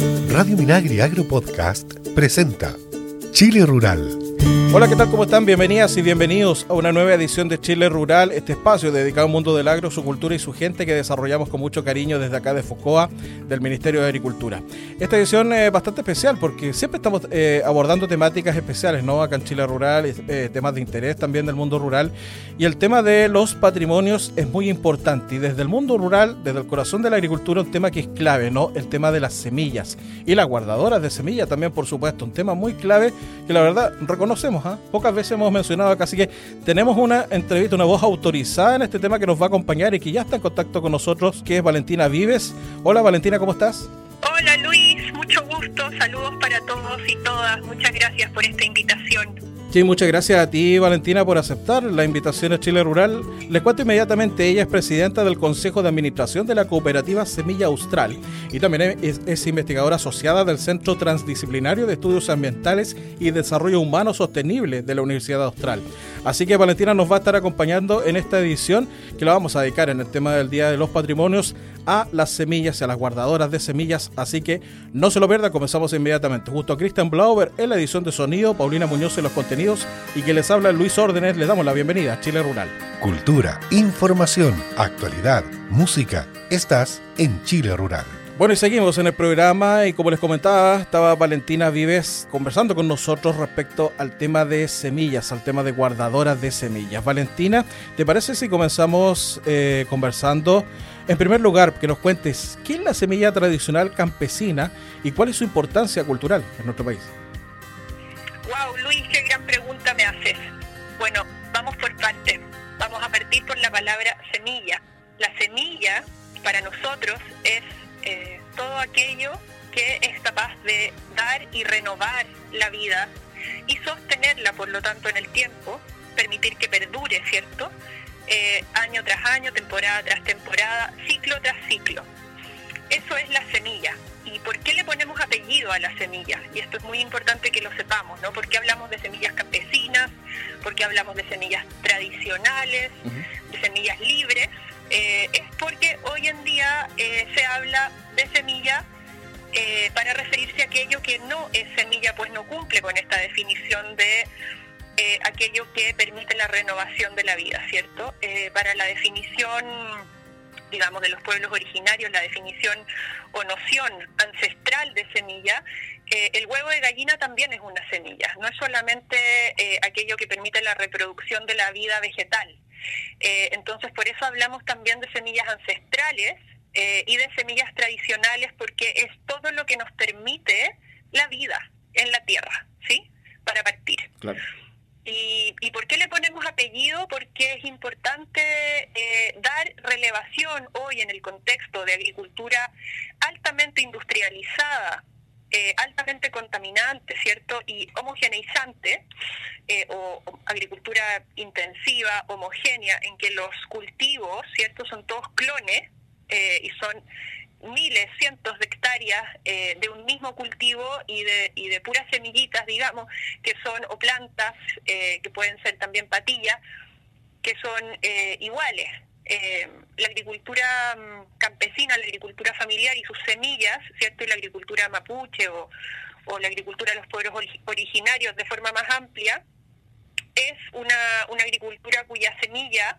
Radio Minagri Agro Podcast presenta Chile Rural. Hola, ¿qué tal? ¿Cómo están? Bienvenidas y bienvenidos a una nueva edición de Chile Rural, este espacio dedicado al mundo del agro, su cultura y su gente que desarrollamos con mucho cariño desde acá de FOCOA, del Ministerio de Agricultura. Esta edición es bastante especial porque siempre estamos abordando temáticas especiales, ¿no? Acá en Chile Rural, temas de interés también del mundo rural, y el tema de los patrimonios es muy importante, y desde el mundo rural, desde el corazón de la agricultura, un tema que es clave, ¿no? El tema de las semillas y las guardadoras de semillas también, por supuesto, un tema muy clave que la verdad reconocemos. Pocas veces hemos mencionado acá, así que tenemos una entrevista, una voz autorizada en este tema que nos va a acompañar y que ya está en contacto con nosotros, que es Valentina Vives. Hola Valentina, ¿cómo estás? Hola Luis, mucho gusto, saludos para todos y todas, muchas gracias por esta invitación. Sí, muchas gracias a ti Valentina por aceptar la invitación a Chile Rural. Les cuento inmediatamente, ella es presidenta del Consejo de Administración de la Cooperativa Semilla Austral y también es investigadora asociada del Centro Transdisciplinario de Estudios Ambientales y Desarrollo Humano Sostenible de la Universidad Austral. Así que Valentina nos va a estar acompañando en esta edición que la vamos a dedicar en el tema del Día de los Patrimonios a las semillas y a las guardadoras de semillas, así que no se lo pierda. Comenzamos inmediatamente junto a Cristian Blauber en la edición de sonido, Paulina Muñoz en los contenidos y que les habla Luis Órdenes. Les damos la bienvenida a Chile Rural. Cultura, información, actualidad, música. Estás en Chile Rural. Bueno, y seguimos en el programa y como les comentaba, estaba Valentina Vives conversando con nosotros respecto al tema de semillas, al tema de guardadoras de semillas. Valentina, ¿te parece si comenzamos conversando? En primer lugar, que nos cuentes qué es la semilla tradicional campesina y cuál es su importancia cultural en nuestro país. Wow, Luis, qué gran pregunta me haces. Bueno, vamos por partes. Vamos a partir por la palabra semilla. La semilla, para nosotros, es todo aquello que es capaz de dar y renovar la vida y sostenerla, por lo tanto, en el tiempo, permitir que perdure, ¿cierto? Año tras año, temporada tras temporada, ciclo tras ciclo. Eso es la semilla. ¿Y por qué le ponemos apellido a la semilla? Y esto es muy importante que lo sepamos, ¿no? ¿Por qué hablamos de semillas campesinas? ¿Por qué hablamos de semillas tradicionales? De semillas libres. Es porque hoy en día se habla de semilla para referirse a aquello que no es semilla, pues no cumple con esta definición de aquello que permite la renovación de la vida, ¿cierto? Para la definición, digamos, de los pueblos originarios, la definición o noción ancestral de semilla, el huevo de gallina también es una semilla, no es solamente aquello que permite la reproducción de la vida vegetal. Entonces, por eso hablamos también de semillas ancestrales y de semillas tradicionales, porque es todo lo que nos permite la vida en la tierra, ¿sí? Para partir. Claro. ¿Y por qué le ponemos apellido? Porque es importante dar relevación hoy en el contexto de agricultura altamente industrializada, altamente contaminante, ¿cierto? Y homogeneizante, o agricultura intensiva, homogénea, en que los cultivos, ¿cierto? Son todos clones y son miles, cientos de hectáreas de un mismo cultivo y de puras semillitas, digamos, que son, o plantas, que pueden ser también patillas, que son iguales. La agricultura campesina, la agricultura familiar y sus semillas, ¿cierto? Y la agricultura mapuche o la agricultura de los pueblos originarios de forma más amplia, es una agricultura cuya semilla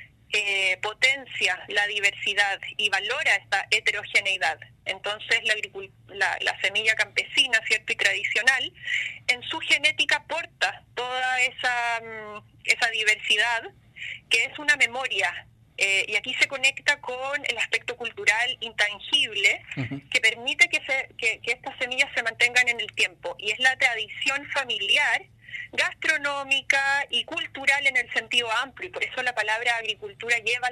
potencia la diversidad y valora esta heterogeneidad. Entonces la semilla campesina, ¿cierto? Y tradicional, en su genética porta toda esa diversidad, que es una memoria. Y aquí se conecta con el aspecto cultural intangible que permite que estas semillas se mantengan en el tiempo, y es la tradición familiar, gastronómica y cultural en el sentido amplio, y por eso la palabra agricultura lleva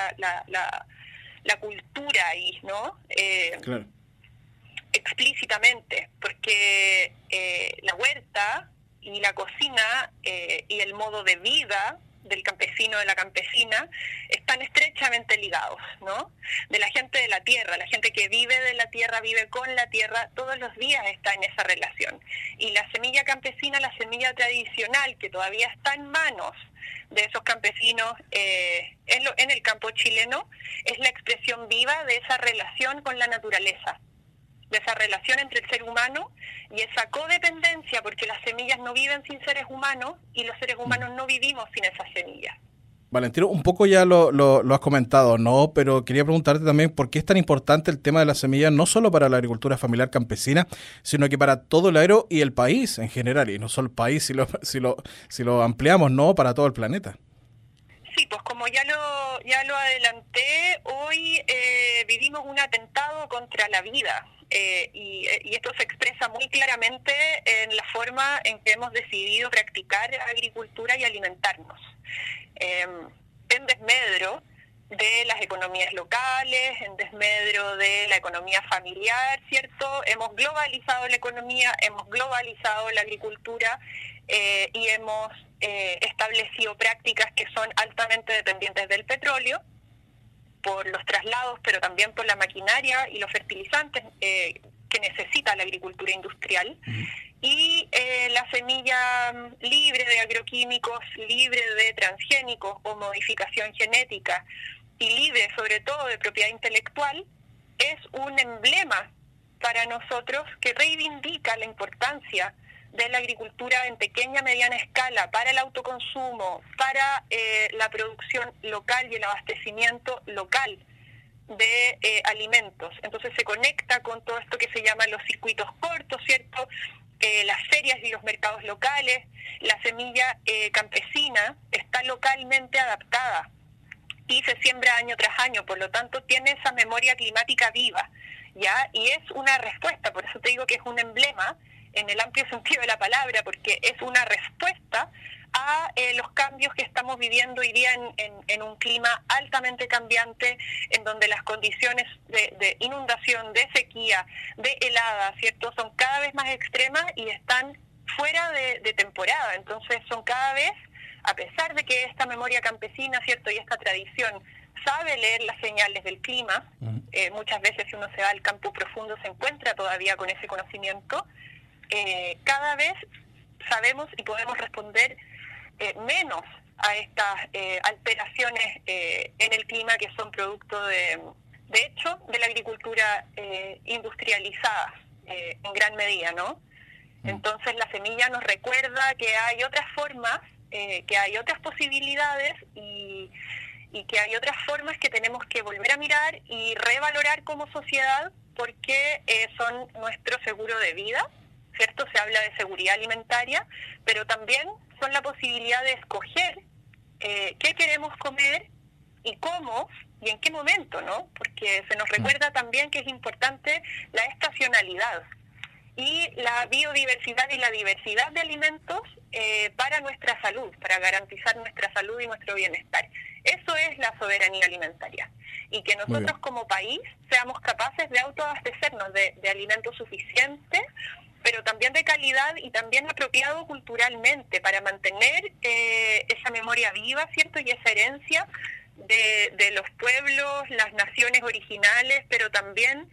la cultura ahí, ¿no? Claro. Explícitamente, porque la huerta y la cocina y el modo de vida del campesino, de la campesina, están estrechamente ligados, ¿no? De la gente de la tierra, la gente que vive de la tierra, vive con la tierra, todos los días está en esa relación. Y la semilla campesina, la semilla tradicional, que todavía está en manos de esos campesinos en el campo chileno, es la expresión viva de esa relación con la naturaleza, de esa relación entre el ser humano y esa codependencia, porque las semillas no viven sin seres humanos y los seres humanos no vivimos sin esas semillas. Valentino, un poco ya lo has comentado, ¿no? Pero quería preguntarte también por qué es tan importante el tema de las semillas, no solo para la agricultura familiar campesina, sino que para todo el agro y el país en general, y no solo el país, si lo ampliamos, ¿no? Para todo el planeta. Sí, pues como ya lo adelanté, hoy vivimos un atentado contra la vida y esto se expresa muy claramente en la forma en que hemos decidido practicar agricultura y alimentarnos. En desmedro de las economías locales, en desmedro de la economía familiar, ¿cierto? Hemos globalizado la economía, hemos globalizado la agricultura y hemos establecido prácticas que son altamente dependientes del petróleo, por los traslados, pero también por la maquinaria y los fertilizantes que necesita la agricultura industrial. Y la semilla libre de agroquímicos, libre de transgénicos o modificación genética y libre sobre todo de propiedad intelectual es un emblema para nosotros que reivindica la importancia de la agricultura en pequeña, mediana escala para el autoconsumo, para la producción local y el abastecimiento local de alimentos. Entonces se conecta con todo esto que se llama los circuitos cortos, ¿cierto? Las ferias y los mercados locales. La semilla campesina está localmente adaptada y se siembra año tras año, por lo tanto tiene esa memoria climática viva, ¿ya? Y es una respuesta, por eso te digo que es un emblema en el amplio sentido de la palabra, porque es una respuesta a los cambios que estamos viviendo hoy día en un clima altamente cambiante, en donde las condiciones de inundación, de sequía, de helada, ¿cierto?, son cada vez más extremas y están fuera de temporada. Entonces son cada vez, a pesar de que esta memoria campesina, ¿cierto?, y esta tradición sabe leer las señales del clima, muchas veces si uno se va al campo profundo se encuentra todavía con ese conocimiento, cada vez sabemos y podemos responder menos a estas alteraciones en el clima que son producto de hecho de la agricultura industrializada en gran medida, ¿no? Entonces la semilla nos recuerda que hay otras formas, que hay otras posibilidades y que hay otras formas que tenemos que volver a mirar y revalorar como sociedad, porque son nuestro seguro de vida, ¿cierto? Se habla de seguridad alimentaria, pero también son la posibilidad de escoger qué queremos comer y cómo y en qué momento, ¿no? Porque se nos recuerda también que es importante la estacionalidad y la biodiversidad y la diversidad de alimentos para nuestra salud, para garantizar nuestra salud y nuestro bienestar. Eso es la soberanía alimentaria. Y que nosotros como país seamos capaces de autoabastecernos de alimentos suficientes, pero también de calidad y también apropiado culturalmente para mantener esa memoria viva, ¿cierto? Y esa herencia de los pueblos, las naciones originales, pero también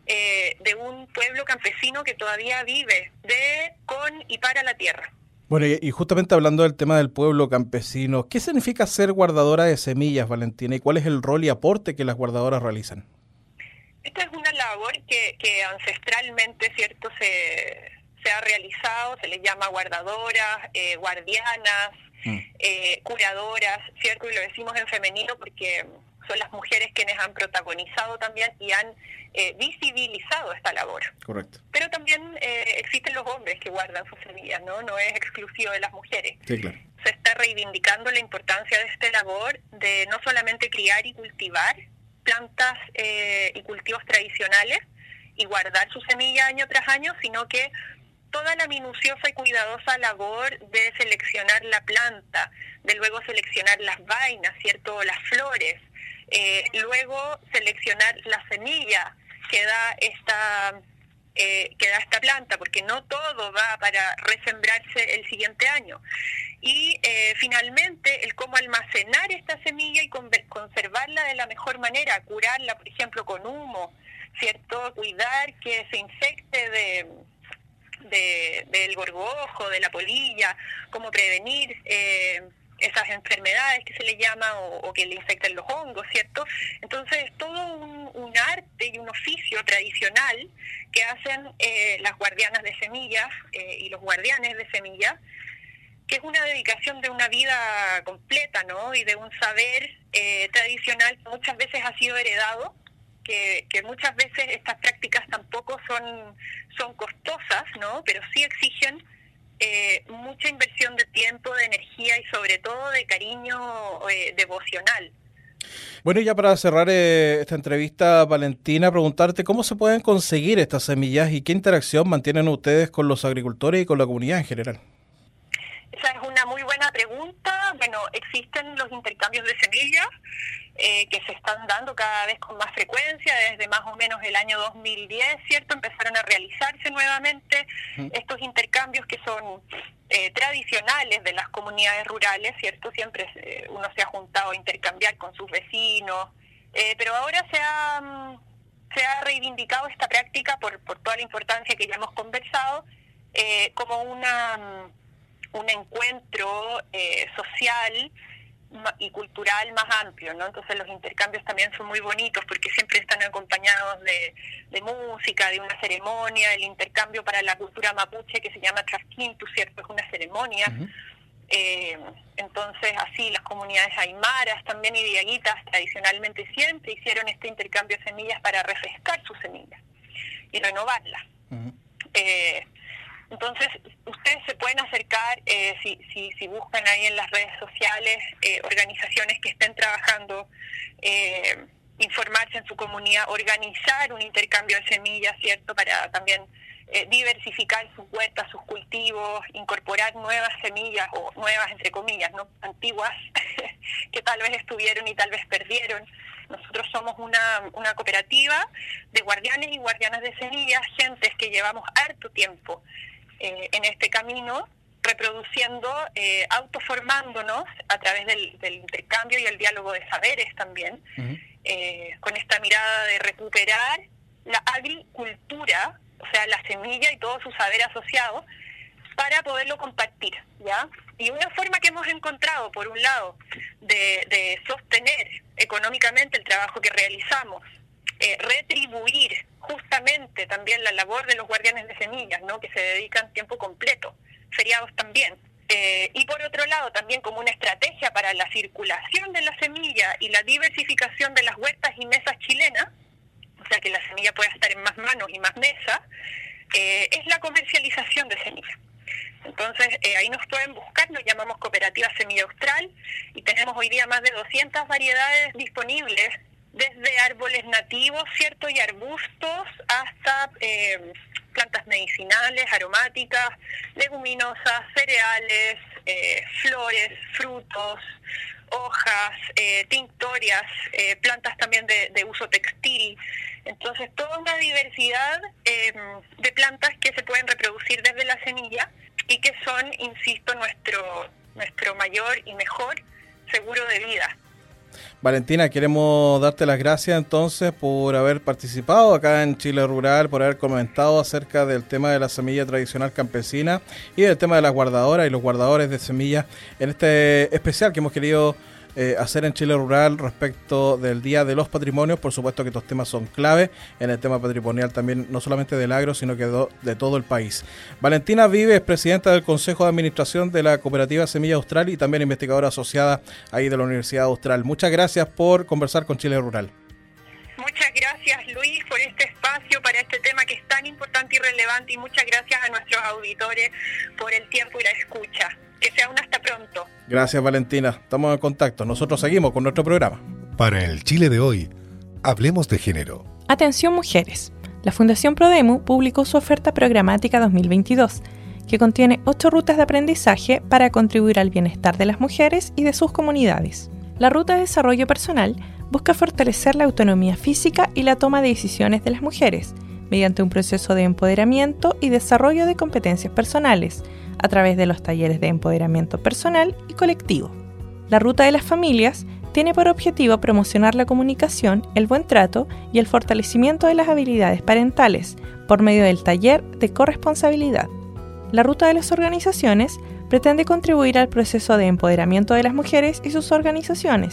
de un pueblo campesino que todavía vive con y para la tierra. Bueno, y justamente hablando del tema del pueblo campesino, ¿qué significa ser guardadora de semillas, Valentina? ¿Y cuál es el rol y aporte que las guardadoras realizan? Esta es una labor que ancestralmente, ¿cierto?, se ha realizado, se les llama guardadoras, guardianas, curadoras, ¿cierto? Y lo decimos en femenino porque son las mujeres quienes han protagonizado también y han visibilizado esta labor. Correcto. Pero también existen los hombres que guardan sus semillas, ¿no? No es exclusivo de las mujeres. Sí, claro. Se está reivindicando la importancia de esta labor de no solamente criar y cultivar plantas y cultivos tradicionales y guardar su semilla año tras año, sino que toda la minuciosa y cuidadosa labor de seleccionar la planta, de luego seleccionar las vainas, ¿cierto?, las flores, luego seleccionar la semilla que da esta planta, porque no todo va para resembrarse el siguiente año. Y finalmente el cómo almacenar esta semilla y conservarla de la mejor manera, curarla, por ejemplo, con humo, ¿cierto? Cuidar que se infecte del gorgojo, de la polilla, cómo prevenir esas enfermedades que se le llama o que le infectan los hongos, ¿cierto? Entonces, todo un un arte y un oficio tradicional que hacen las guardianas de semillas y los guardianes de semillas, que es una dedicación de una vida completa, ¿no? Y de un saber tradicional que muchas veces ha sido heredado, que muchas veces estas prácticas tampoco son costosas, ¿no? Pero sí exigen mucha inversión de tiempo, de energía y sobre todo de cariño devocional. Bueno, y ya para cerrar esta entrevista, Valentina, preguntarte cómo se pueden conseguir estas semillas y qué interacción mantienen ustedes con los agricultores y con la comunidad en general. Esa es una muy buena pregunta. Bueno, existen los intercambios de semillas que se están dando cada vez con más frecuencia, desde más o menos el año 2010, ¿cierto? Empezaron a realizarse nuevamente estos intercambios que son tradicionales de las comunidades rurales, ¿cierto? Siempre uno se ha juntado a intercambiar con sus vecinos, pero ahora se ha reivindicado esta práctica por toda la importancia que ya hemos conversado, como un encuentro social y cultural más amplio, ¿no? Entonces los intercambios también son muy bonitos porque siempre están acompañados de música, de una ceremonia. El intercambio para la cultura mapuche, que se llama Trasquintu, ¿cierto? Es una ceremonia. Entonces así las comunidades aymaras también y diaguitas tradicionalmente siempre hicieron este intercambio de semillas para refrescar sus semillas y renovarlas. Entonces, ustedes se pueden acercar, si buscan ahí en las redes sociales, organizaciones que estén trabajando, informarse en su comunidad, organizar un intercambio de semillas, ¿cierto? Para también diversificar sus huertas, sus cultivos, incorporar nuevas semillas, o nuevas entre comillas, ¿no? Antiguas, que tal vez estuvieron y tal vez perdieron. Nosotros somos una cooperativa de guardianes y guardianas de semillas, gentes que llevamos harto tiempo en este camino, reproduciendo, autoformándonos a través del intercambio y el diálogo de saberes también, con esta mirada de recuperar la agricultura, o sea, la semilla y todo su saber asociado, para poderlo compartir, ¿ya? Y una forma que hemos encontrado, por un lado, de sostener económicamente el trabajo que realizamos, retribuir justamente también la labor de los guardianes de semillas, ¿no? Que se dedican tiempo completo, feriados también. Y por otro lado, también como una estrategia para la circulación de la semilla y la diversificación de las huertas y mesas chilenas, o sea, que la semilla pueda estar en más manos y más mesas, es la comercialización de semillas. Entonces, ahí nos pueden buscar, nos llamamos Cooperativa Semilla Austral, y tenemos hoy día más de 200 variedades disponibles, desde árboles nativos, ¿cierto?, y arbustos, hasta plantas medicinales, aromáticas, leguminosas, cereales, flores, frutos, hojas, tinctorias, plantas también de uso textil. Entonces, toda una diversidad de plantas que se pueden reproducir desde la semilla y que son, insisto, nuestro mayor y mejor seguro de vida. Valentina, queremos darte las gracias entonces por haber participado acá en Chile Rural, por haber comentado acerca del tema de la semilla tradicional campesina y del tema de las guardadoras y los guardadores de semillas en este especial que hemos querido hacer en Chile Rural respecto del Día de los Patrimonios. Por supuesto que estos temas son clave en el tema patrimonial también, no solamente del agro, sino que de todo el país. Valentina Vives, presidenta del Consejo de Administración de la Cooperativa Semilla Austral y también investigadora asociada ahí de la Universidad Austral. Muchas gracias por conversar con Chile Rural. Muchas gracias, Luis, por este espacio para este tema que es tan importante y relevante, y muchas gracias a nuestros auditores por el tiempo y la escucha. Que sea un hasta pronto. Gracias, Valentina. Estamos en contacto. Nosotros seguimos con nuestro programa. Para el Chile de hoy, hablemos de género. Atención, mujeres. La Fundación Prodemu publicó su oferta programática 2022, que contiene 8 rutas de aprendizaje para contribuir al bienestar de las mujeres y de sus comunidades. La ruta de desarrollo personal busca fortalecer la autonomía física y la toma de decisiones de las mujeres, mediante un proceso de empoderamiento y desarrollo de competencias personales, a través de los talleres de empoderamiento personal y colectivo. La ruta de las familias tiene por objetivo promocionar la comunicación, el buen trato y el fortalecimiento de las habilidades parentales por medio del taller de corresponsabilidad. La ruta de las organizaciones pretende contribuir al proceso de empoderamiento de las mujeres y sus organizaciones,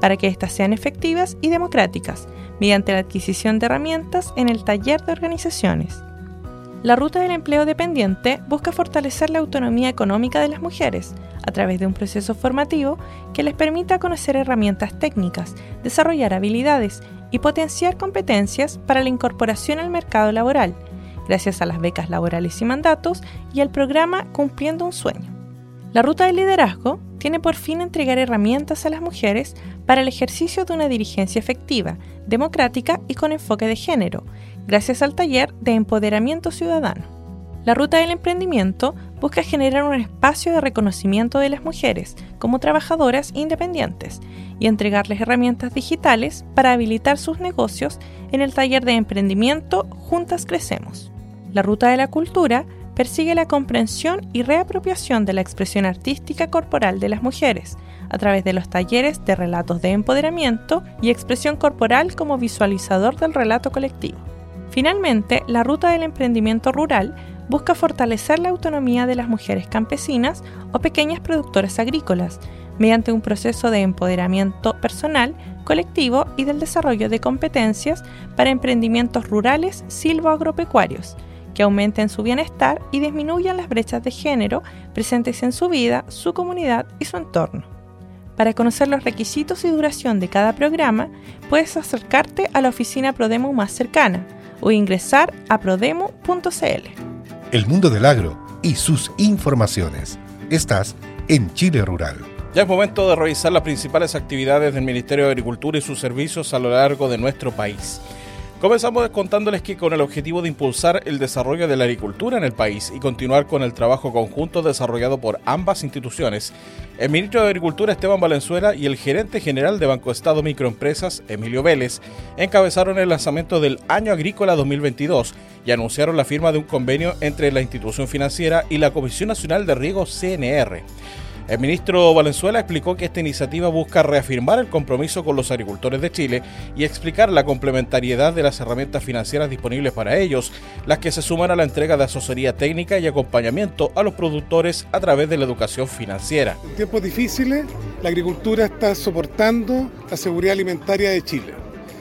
para que éstas sean efectivas y democráticas, mediante la adquisición de herramientas en el taller de organizaciones. La Ruta del Empleo Dependiente busca fortalecer la autonomía económica de las mujeres a través de un proceso formativo que les permita conocer herramientas técnicas, desarrollar habilidades y potenciar competencias para la incorporación al mercado laboral, gracias a las becas laborales y mandatos y al programa Cumpliendo un Sueño. La Ruta del Liderazgo tiene por fin entregar herramientas a las mujeres para el ejercicio de una dirigencia efectiva, democrática y con enfoque de género, gracias al taller de empoderamiento ciudadano. La Ruta del Emprendimiento busca generar un espacio de reconocimiento de las mujeres como trabajadoras independientes y entregarles herramientas digitales para habilitar sus negocios en el taller de emprendimiento Juntas Crecemos. La Ruta de la Cultura persigue la comprensión y reapropiación de la expresión artística corporal de las mujeres a través de los talleres de relatos de empoderamiento y expresión corporal como visualizador del relato colectivo. Finalmente, la Ruta del Emprendimiento Rural busca fortalecer la autonomía de las mujeres campesinas o pequeñas productoras agrícolas mediante un proceso de empoderamiento personal, colectivo y del desarrollo de competencias para emprendimientos rurales silvoagropecuarios que aumenten su bienestar y disminuyan las brechas de género presentes en su vida, su comunidad y su entorno. Para conocer los requisitos y duración de cada programa, puedes acercarte a la oficina Prodemu más cercana o ingresar a prodemu.cl. El mundo del agro y sus informaciones. Estás en Chile Rural. Ya es momento de revisar las principales actividades del Ministerio de Agricultura y sus servicios a lo largo de nuestro país. Comenzamos contándoles que con el objetivo de impulsar el desarrollo de la agricultura en el país y continuar con el trabajo conjunto desarrollado por ambas instituciones, el ministro de Agricultura Esteban Valenzuela y el gerente general de Banco Estado Microempresas, Emilio Vélez, encabezaron el lanzamiento del Año Agrícola 2022 y anunciaron la firma de un convenio entre la institución financiera y la Comisión Nacional de Riego CNR. El ministro Valenzuela explicó que esta iniciativa busca reafirmar el compromiso con los agricultores de Chile y explicar la complementariedad de las herramientas financieras disponibles para ellos, las que se suman a la entrega de asesoría técnica y acompañamiento a los productores a través de la educación financiera. En tiempos difíciles, la agricultura está soportando la seguridad alimentaria de Chile.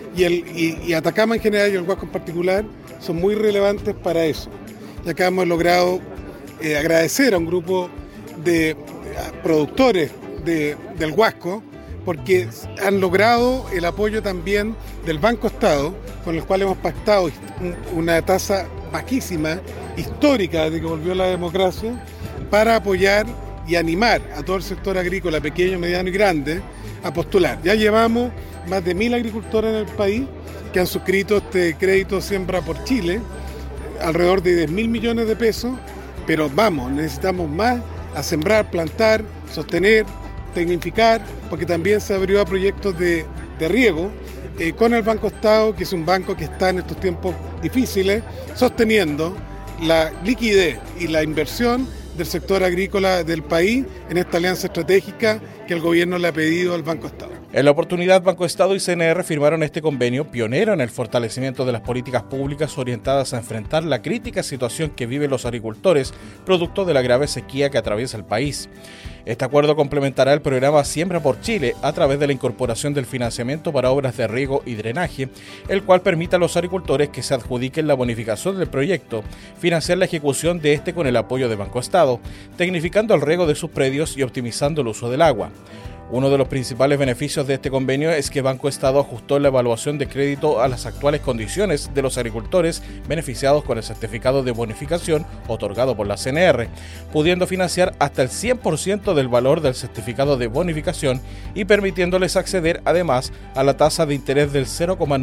Y Atacama en general y el Huasco en particular son muy relevantes para eso. Y acá hemos logrado agradecer a un grupo de productores del Huasco porque han logrado el apoyo también del Banco Estado, con el cual hemos pactado una tasa bajísima, histórica desde que volvió la democracia, para apoyar y animar a todo el sector agrícola, pequeño, mediano y grande, a postular. Ya llevamos más de 1.000 agricultores en el país que han suscrito este crédito Siembra por Chile, alrededor de 10.000 millones de pesos, pero necesitamos más, a sembrar, plantar, sostener, tecnificar, porque también se abrió a proyectos de riego con el Banco Estado, que es un banco que está en estos tiempos difíciles, sosteniendo la liquidez y la inversión del sector agrícola del país en esta alianza estratégica que el gobierno le ha pedido al Banco Estado. En la oportunidad, Banco Estado y CNR firmaron este convenio pionero en el fortalecimiento de las políticas públicas orientadas a enfrentar la crítica situación que viven los agricultores, producto de la grave sequía que atraviesa el país. Este acuerdo complementará el programa Siembra por Chile a través de la incorporación del financiamiento para obras de riego y drenaje, el cual permite a los agricultores que se adjudiquen la bonificación del proyecto, financiar la ejecución de este con el apoyo de Banco Estado, tecnificando el riego de sus predios y optimizando el uso del agua. Uno de los principales beneficios de este convenio es que Banco Estado ajustó la evaluación de crédito a las actuales condiciones de los agricultores beneficiados con el certificado de bonificación otorgado por la CNR, pudiendo financiar hasta el 100% del valor del certificado de bonificación y permitiéndoles acceder además a la tasa de interés del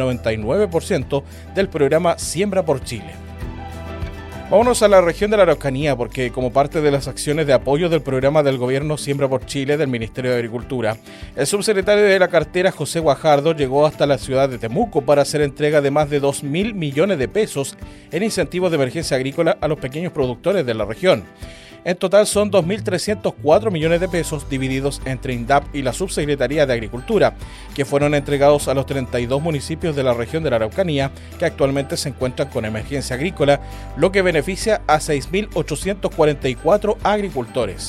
0,99% del programa Siembra por Chile. Vámonos a la región de la Araucanía porque como parte de las acciones de apoyo del programa del gobierno Siembra por Chile del Ministerio de Agricultura, el subsecretario de la cartera José Guajardo llegó hasta la ciudad de Temuco para hacer entrega de más de 2.000 millones de pesos en incentivos de emergencia agrícola a los pequeños productores de la región. En total son 2.304 millones de pesos divididos entre INDAP y la Subsecretaría de Agricultura, que fueron entregados a los 32 municipios de la región de la Araucanía que actualmente se encuentran con emergencia agrícola, lo que beneficia a 6.844 agricultores.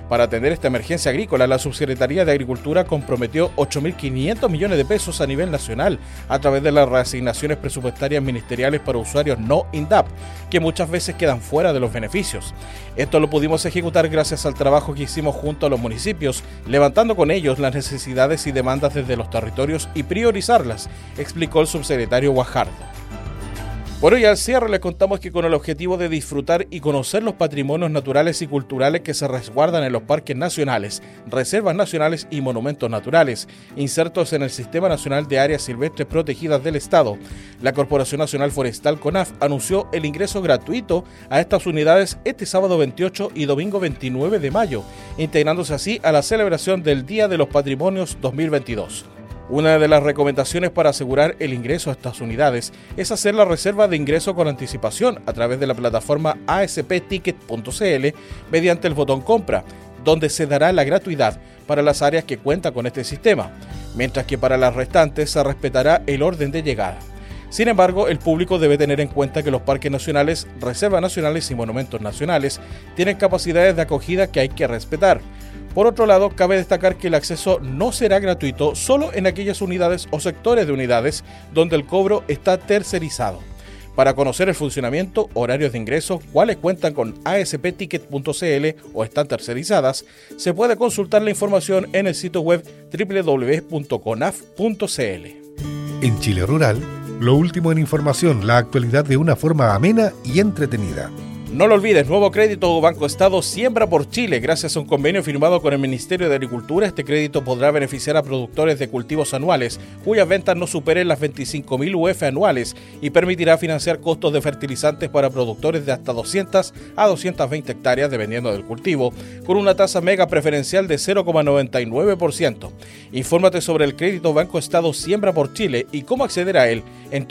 Para atender esta emergencia agrícola, la Subsecretaría de Agricultura comprometió 8.500 millones de pesos a nivel nacional a través de las reasignaciones presupuestarias ministeriales para usuarios no INDAP, que muchas veces quedan fuera de los beneficios. Esto lo pudimos ejecutar gracias al trabajo que hicimos junto a los municipios, levantando con ellos las necesidades y demandas desde los territorios y priorizarlas, explicó el subsecretario Guajardo. Por hoy al cierre les contamos que con el objetivo de disfrutar y conocer los patrimonios naturales y culturales que se resguardan en los parques nacionales, reservas nacionales y monumentos naturales, insertos en el Sistema Nacional de Áreas Silvestres Protegidas del Estado, la Corporación Nacional Forestal CONAF anunció el ingreso gratuito a estas unidades este sábado 28 y domingo 29 de mayo, integrándose así a la celebración del Día de los Patrimonios 2022. Una de las recomendaciones para asegurar el ingreso a estas unidades es hacer la reserva de ingreso con anticipación a través de la plataforma aspticket.cl mediante el botón compra, donde se dará la gratuidad para las áreas que cuentan con este sistema, mientras que para las restantes se respetará el orden de llegada. Sin embargo, el público debe tener en cuenta que los parques nacionales, reservas nacionales y monumentos nacionales tienen capacidades de acogida que hay que respetar. Por otro lado, cabe destacar que el acceso no será gratuito solo en aquellas unidades o sectores de unidades donde el cobro está tercerizado. Para conocer el funcionamiento, horarios de ingreso, cuáles cuentan con aspticket.cl o están tercerizadas, se puede consultar la información en el sitio web www.conaf.cl. En Chile Rural, lo último en información, la actualidad de una forma amena y entretenida. No lo olvides, nuevo crédito Banco Estado Siembra por Chile. Gracias a un convenio firmado con el Ministerio de Agricultura, este crédito podrá beneficiar a productores de cultivos anuales cuyas ventas no superen las 25.000 UF anuales y permitirá financiar costos de fertilizantes para productores de hasta 200 a 220 hectáreas dependiendo del cultivo, con una tasa mega preferencial de 0,99%. Infórmate sobre el crédito Banco Estado Siembra por Chile y cómo acceder a él en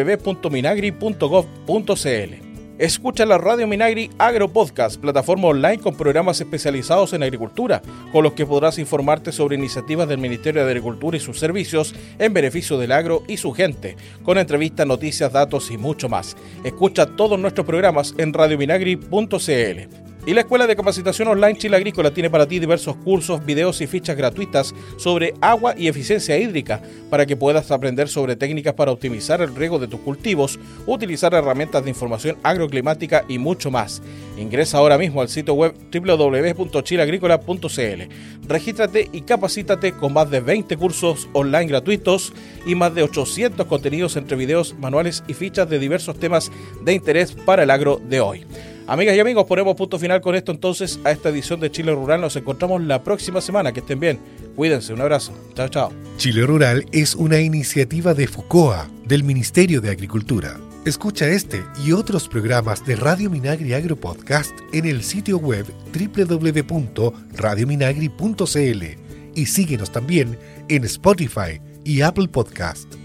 www.minagri.gov.cl. Escucha la Radio Minagri Agro Podcast, plataforma online con programas especializados en agricultura, con los que podrás informarte sobre iniciativas del Ministerio de Agricultura y sus servicios en beneficio del agro y su gente, con entrevistas, noticias, datos y mucho más. Escucha todos nuestros programas en radiominagri.cl. Y la Escuela de Capacitación Online Chile Agrícola tiene para ti diversos cursos, videos y fichas gratuitas sobre agua y eficiencia hídrica para que puedas aprender sobre técnicas para optimizar el riego de tus cultivos, utilizar herramientas de información agroclimática y mucho más. Ingresa ahora mismo al sitio web www.chileagrícola.cl. Regístrate y capacítate con más de 20 cursos online gratuitos y más de 800 contenidos entre videos, manuales y fichas de diversos temas de interés para el agro de hoy. Amigas y amigos, ponemos punto final con esto entonces a esta edición de Chile Rural. Nos encontramos la próxima semana. Que estén bien. Cuídense. Un abrazo. Chao, chao. Chile Rural es una iniciativa de FUCOA, del Ministerio de Agricultura. Escucha este y otros programas de Radio Minagri Agro Podcast en el sitio web www.radiominagri.cl y síguenos también en Spotify y Apple Podcast.